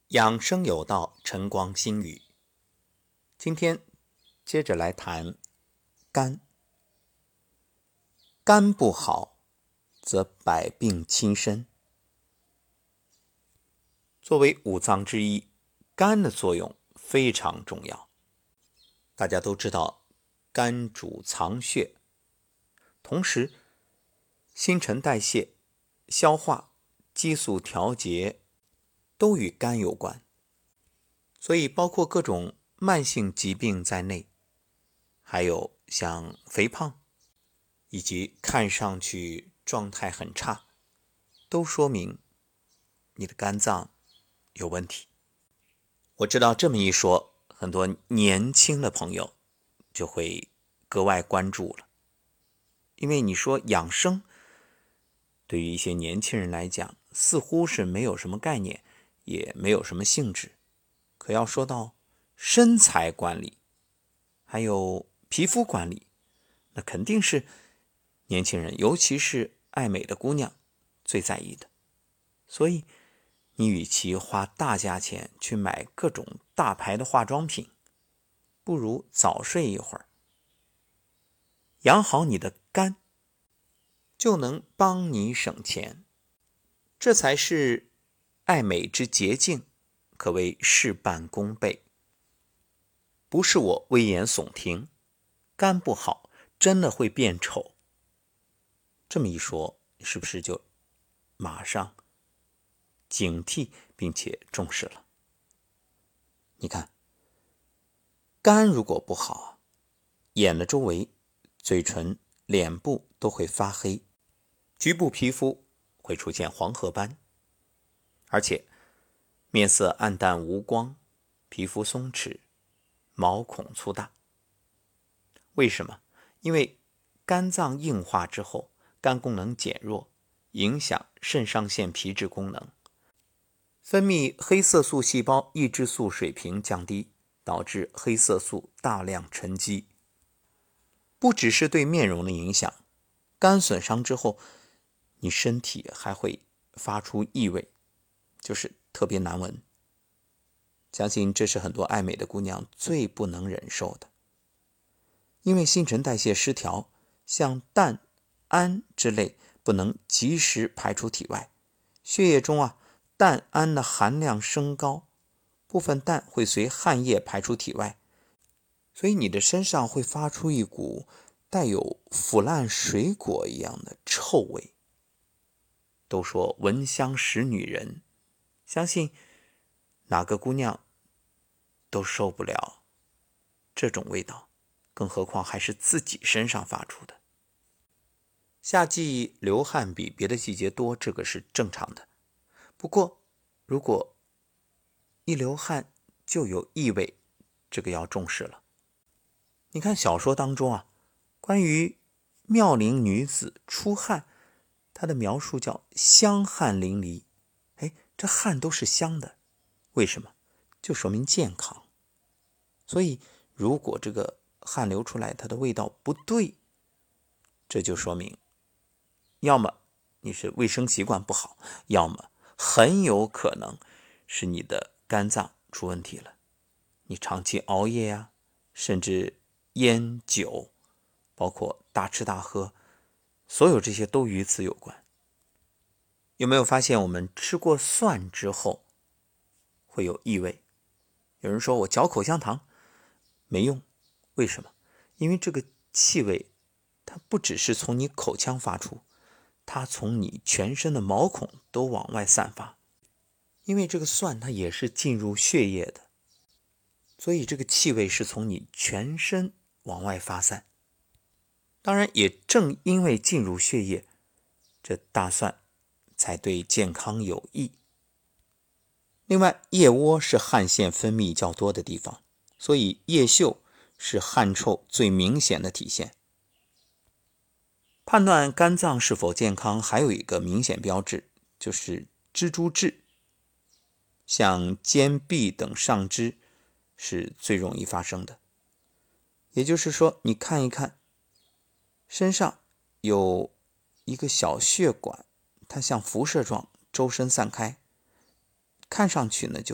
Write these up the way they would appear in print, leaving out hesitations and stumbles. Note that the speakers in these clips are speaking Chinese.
养生有道，晨光新语。今天接着来谈肝。肝不好，则百病侵身。作为五脏之一，肝的作用非常重要。大家都知道，肝主藏血，同时新陈代谢、消化、激素调节都与肝有关。所以包括各种慢性疾病在内，还有像肥胖以及看上去状态很差，都说明你的肝脏有问题。我知道这么一说，很多年轻的朋友就会格外关注了。因为你说养生，对于一些年轻人来讲，似乎是没有什么概念，也没有什么兴致。可要说到身材管理，还有皮肤管理，那肯定是年轻人，尤其是爱美的姑娘最在意的。所以你与其花大价钱去买各种大牌的化妆品，不如早睡一会儿，养好你的肝，就能帮你省钱。这才是爱美之捷径，可谓事半功倍。不是我危言耸听，肝不好真的会变丑。这么一说，是不是就马上警惕并且重视了？你看，肝如果不好，眼的周围、嘴唇、脸部都会发黑，局部皮肤会出现黄褐斑，而且面色暗淡无光，皮肤松弛，毛孔粗大。为什么？因为肝脏硬化之后，肝功能减弱，影响肾上腺皮质功能，分泌黑色素细胞抑制素水平降低，导致黑色素大量沉积。不只是对面容的影响，肝损伤之后，你身体还会发出异味，就是特别难闻。相信这是很多爱美的姑娘最不能忍受的。因为新陈代谢失调，像氮、氨之类不能及时排出体外，血液中氮氨的含量升高，部分氮会随汗液排出体外，所以你的身上会发出一股带有腐烂水果一样的臭味。都说闻香识女人，相信哪个姑娘都受不了这种味道，更何况还是自己身上发出的。夏季流汗比别的季节多，这个是正常的。不过如果一流汗就有异味，这个要重视了。你看小说当中关于妙龄女子出汗，她的描述叫香汗淋漓。这汗都是香的，为什么？就说明健康。所以如果这个汗流出来它的味道不对，这就说明要么你是卫生习惯不好，要么很有可能是你的肝脏出问题了。你长期熬夜甚至烟酒，包括大吃大喝，所有这些都与此有关。有没有发现我们吃过蒜之后会有异味？有人说我嚼口香糖没用，为什么？因为这个气味它不只是从你口腔发出，它从你全身的毛孔都往外散发。因为这个蒜它也是进入血液的，所以这个气味是从你全身往外发散。当然也正因为进入血液，这大蒜才对健康有益。另外，腋窝是汗腺分泌较多的地方，所以腋嗅是汗臭最明显的体现。判断肝脏是否健康还有一个明显标志，就是蜘蛛痣。像肩臂等上肢是最容易发生的。也就是说，你看一看身上有一个小血管，它像辐射状周身散开，看上去呢就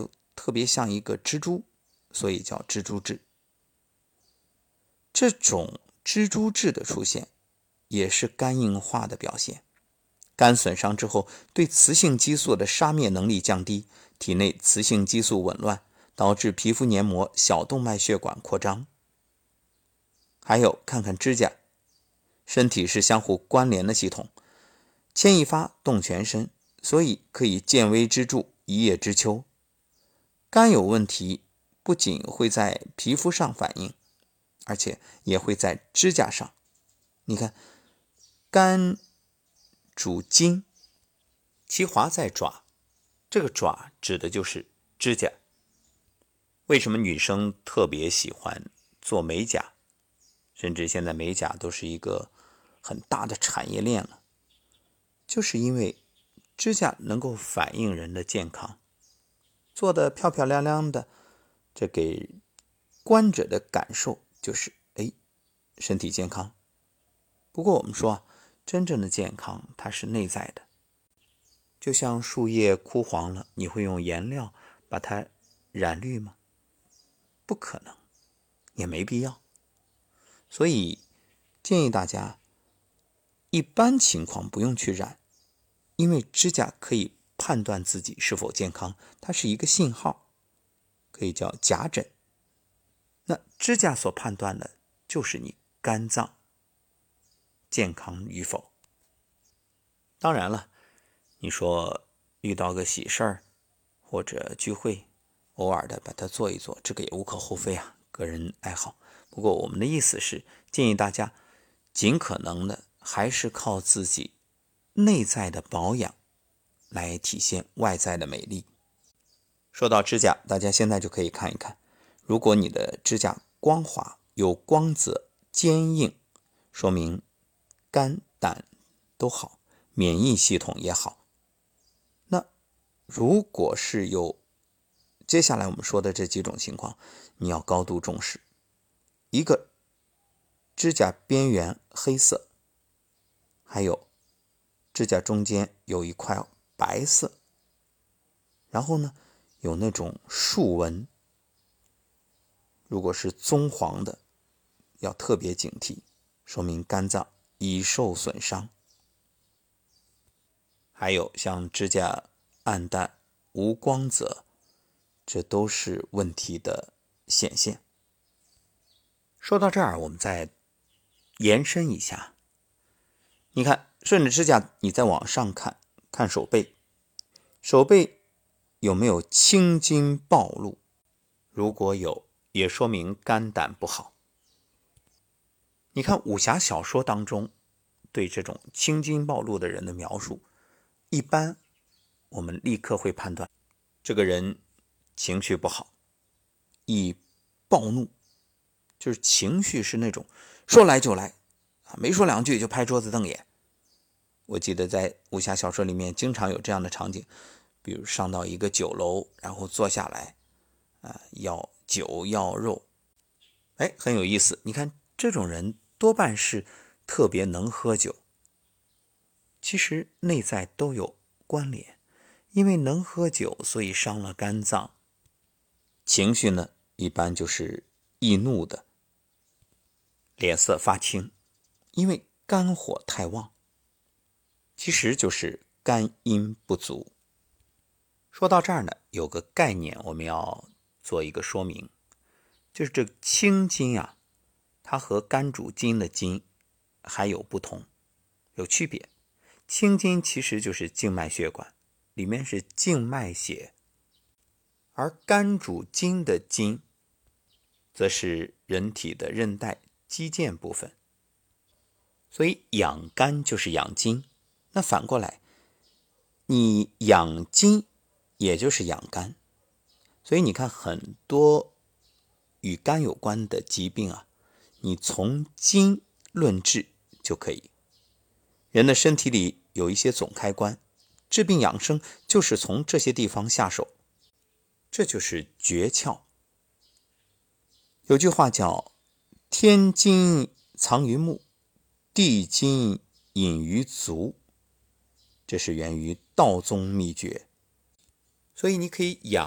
特别像一个蜘蛛，所以叫蜘蛛痣。这种蜘蛛痣的出现也是肝硬化的表现。肝损伤之后，对雌性激素的杀灭能力降低，体内雌性激素紊乱，导致皮肤黏膜、小动脉血管扩张。还有看看指甲，身体是相互关联的系统，牵一发动全身，所以可以见微知著，一叶知秋。肝有问题，不仅会在皮肤上反应，而且也会在指甲上。你看，肝主筋，其华在爪，这个爪指的就是指甲。为什么女生特别喜欢做美甲，甚至现在美甲都是一个很大的产业链了，就是因为指甲能够反映人的健康，做得漂漂亮亮的，这给观者的感受就是身体健康。不过我们说真正的健康它是内在的，就像树叶枯黄了，你会用颜料把它染绿吗？不可能，也没必要。所以建议大家一般情况不用去染，因为指甲可以判断自己是否健康，它是一个信号，可以叫甲诊。那指甲所判断的就是你肝脏健康与否。当然了，你说遇到个喜事儿或者聚会，偶尔的把它做一做，这个也无可厚非啊，个人爱好。不过我们的意思是建议大家尽可能的还是靠自己内在的保养来体现外在的美丽。说到指甲，大家现在就可以看一看，如果你的指甲光滑有光泽坚硬，说明肝胆都好，免疫系统也好。那如果是有接下来我们说的这几种情况，你要高度重视。一个，指甲边缘黑色，还有指甲中间有一块白色，然后呢有那种竖纹，如果是棕黄的要特别警惕，说明肝脏已受损伤。还有像指甲暗淡无光泽，这都是问题的显现。说到这儿，我们再延伸一下，你看顺着指甲你再往上看，看手背，手背有没有青筋暴露？如果有，也说明肝胆不好。你看武侠小说当中对这种青筋暴露的人的描述，一般我们立刻会判断这个人情绪不好，易暴怒，就是情绪是那种说来就来，没说两句就拍桌子瞪眼。我记得在武侠小说里面经常有这样的场景，比如上到一个酒楼，然后坐下来要酒要肉，很有意思。你看这种人多半是特别能喝酒，其实内在都有关联，因为能喝酒，所以伤了肝脏。情绪呢，一般就是易怒的，脸色发青，因为肝火太旺，其实就是肝阴不足。说到这儿呢，有个概念我们要做一个说明，就是这个青筋啊，它和肝主筋的筋还有不同，有区别。青筋其实就是静脉血管，里面是静脉血，而肝主筋的筋则是人体的韧带肌腱部分。所以养肝就是养筋，那反过来你养筋也就是养肝。所以你看很多与肝有关的疾病啊，你从筋论治就可以。人的身体里有一些总开关，治病养生就是从这些地方下手，这就是诀窍。有句话叫天筋藏于目，地筋隐于足，这是源于道宗秘诀。所以你可以养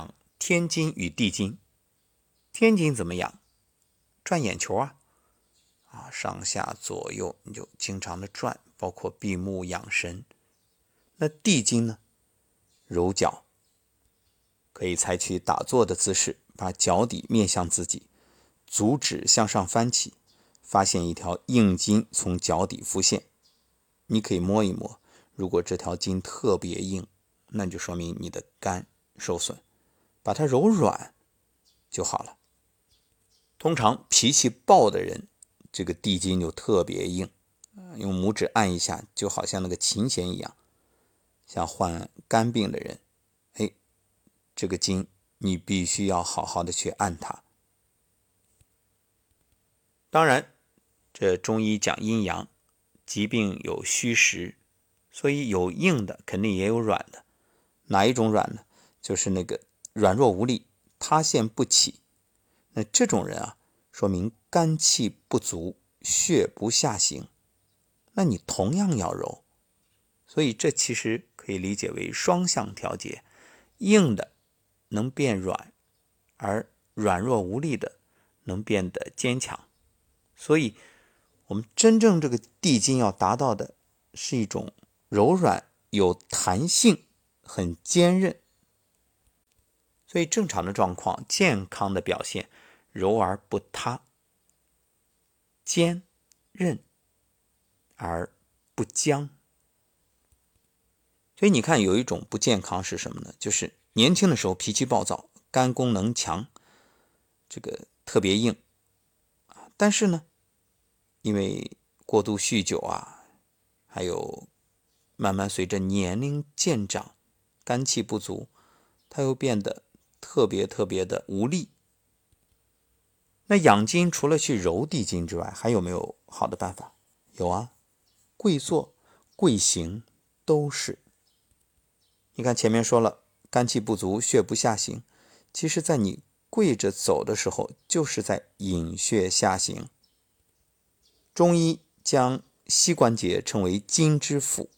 天筋与地筋。天筋怎么养？转眼球啊，上下左右你就经常的转，包括闭目养神。那地筋呢？揉脚，可以采取打坐的姿势，把脚底面向自己，足趾向上翻起，发现一条硬筋从脚底浮现。你可以摸一摸，如果这条筋特别硬，那就说明你的肝受损，把它揉软就好了。通常脾气暴的人，这个地筋就特别硬，用拇指按一下，就好像那个琴弦一样。像患肝病的人，这个筋你必须要好好的去按它。当然，这中医讲阴阳，疾病有虚实，所以有硬的肯定也有软的。哪一种软呢？就是那个软弱无力，塌陷不起。那这种人啊，说明肝气不足，血不下行。那你同样要揉，所以这其实可以理解为双向调节，硬的能变软，而软弱无力的能变得坚强。所以我们真正这个地筋要达到的是一种柔软有弹性，很坚韧。所以正常的状况，健康的表现，柔而不塌，坚韧而不僵。所以你看，有一种不健康是什么呢？就是年轻的时候脾气暴躁，肝功能强，这个特别硬，但是呢，因为过度酗酒啊，还有慢慢随着年龄渐长，肝气不足，他又变得特别的无力。那养筋除了去揉地筋之外，还有没有好的办法？有啊，跪坐、跪行都是。你看前面说了，肝气不足，血不下行，其实在你跪着走的时候，就是在引血下行。中医将膝关节称为筋之府，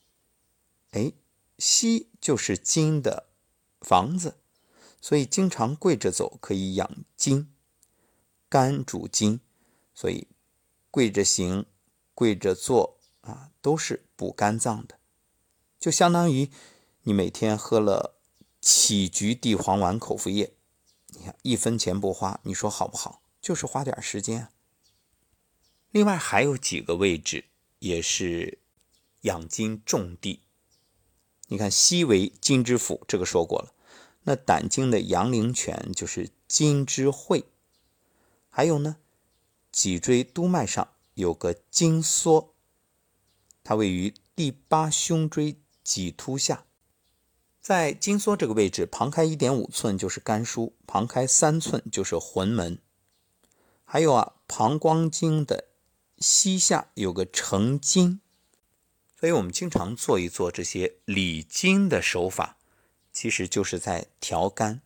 膝就是筋的房子，所以经常跪着走可以养筋。肝主筋，所以跪着行、跪着坐都是补肝脏的。就相当于你每天喝了杞菊地黄丸口服液，你看1分钱不花，你说好不好？就是花点时间。另外还有几个位置也是养筋重地。你看膝为筋之府，这个说过了。那胆经的阳陵泉就是筋之会。还有呢，脊椎督脉上有个筋缩，它位于第8胸椎棘突下。在筋缩这个位置，旁开 1.5 寸就是肝腧，旁开3寸就是魂门。还有膀胱经的膝下有个承筋。所以我们经常做一做这些理筋的手法，其实就是在调肝。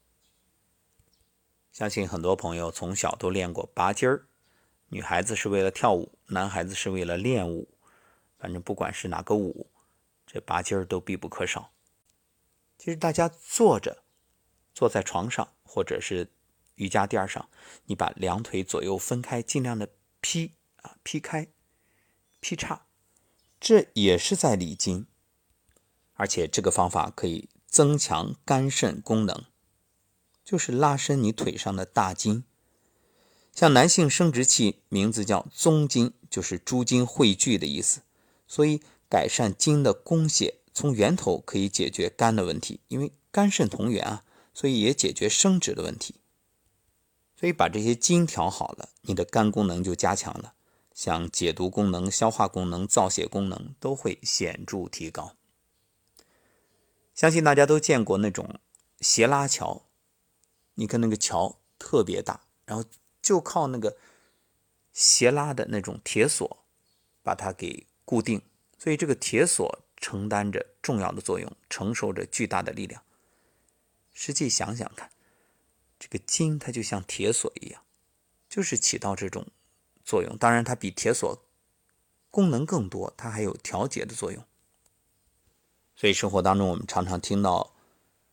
相信很多朋友从小都练过拔筋儿，女孩子是为了跳舞，男孩子是为了练舞，反正不管是哪个舞，这拔筋儿都必不可少。其实大家坐在床上或者是瑜伽垫上，你把两腿左右分开，尽量的劈开劈叉，这也是在理筋。而且这个方法可以增强肝肾功能，就是拉伸你腿上的大筋。像男性生殖器名字叫宗筋，就是诸筋汇聚的意思。所以改善筋的供血，从源头可以解决肝的问题，因为肝肾同源所以也解决生殖的问题。所以把这些筋调好了，你的肝功能就加强了，像解毒功能、消化功能、造血功能都会显著提高。相信大家都见过那种斜拉桥，你看那个桥特别大，然后就靠那个斜拉的那种铁索把它给固定，所以这个铁索承担着重要的作用，承受着巨大的力量。实际想想看，这个筋它就像铁索一样，就是起到这种作用。当然它比铁索功能更多，它还有调节的作用。所以生活当中我们常常听到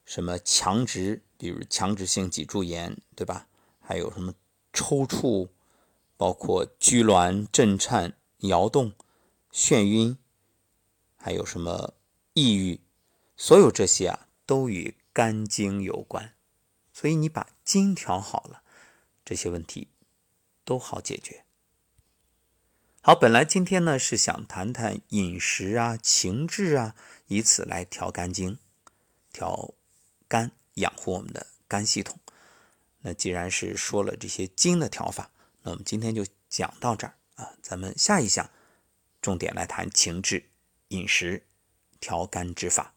什么强直，比如强直性脊柱炎，对吧？还有什么抽搐，包括拘挛、震颤、摇动、眩晕，还有什么抑郁，所有这些都与肝经有关。所以你把经调好了，这些问题都好解决。好，本来今天呢是想谈谈饮食情志以此来调肝经，调肝，养护我们的肝系统。那既然是说了这些经的调法，那我们今天就讲到这儿咱们下一讲重点来谈情志、饮食、调肝之法。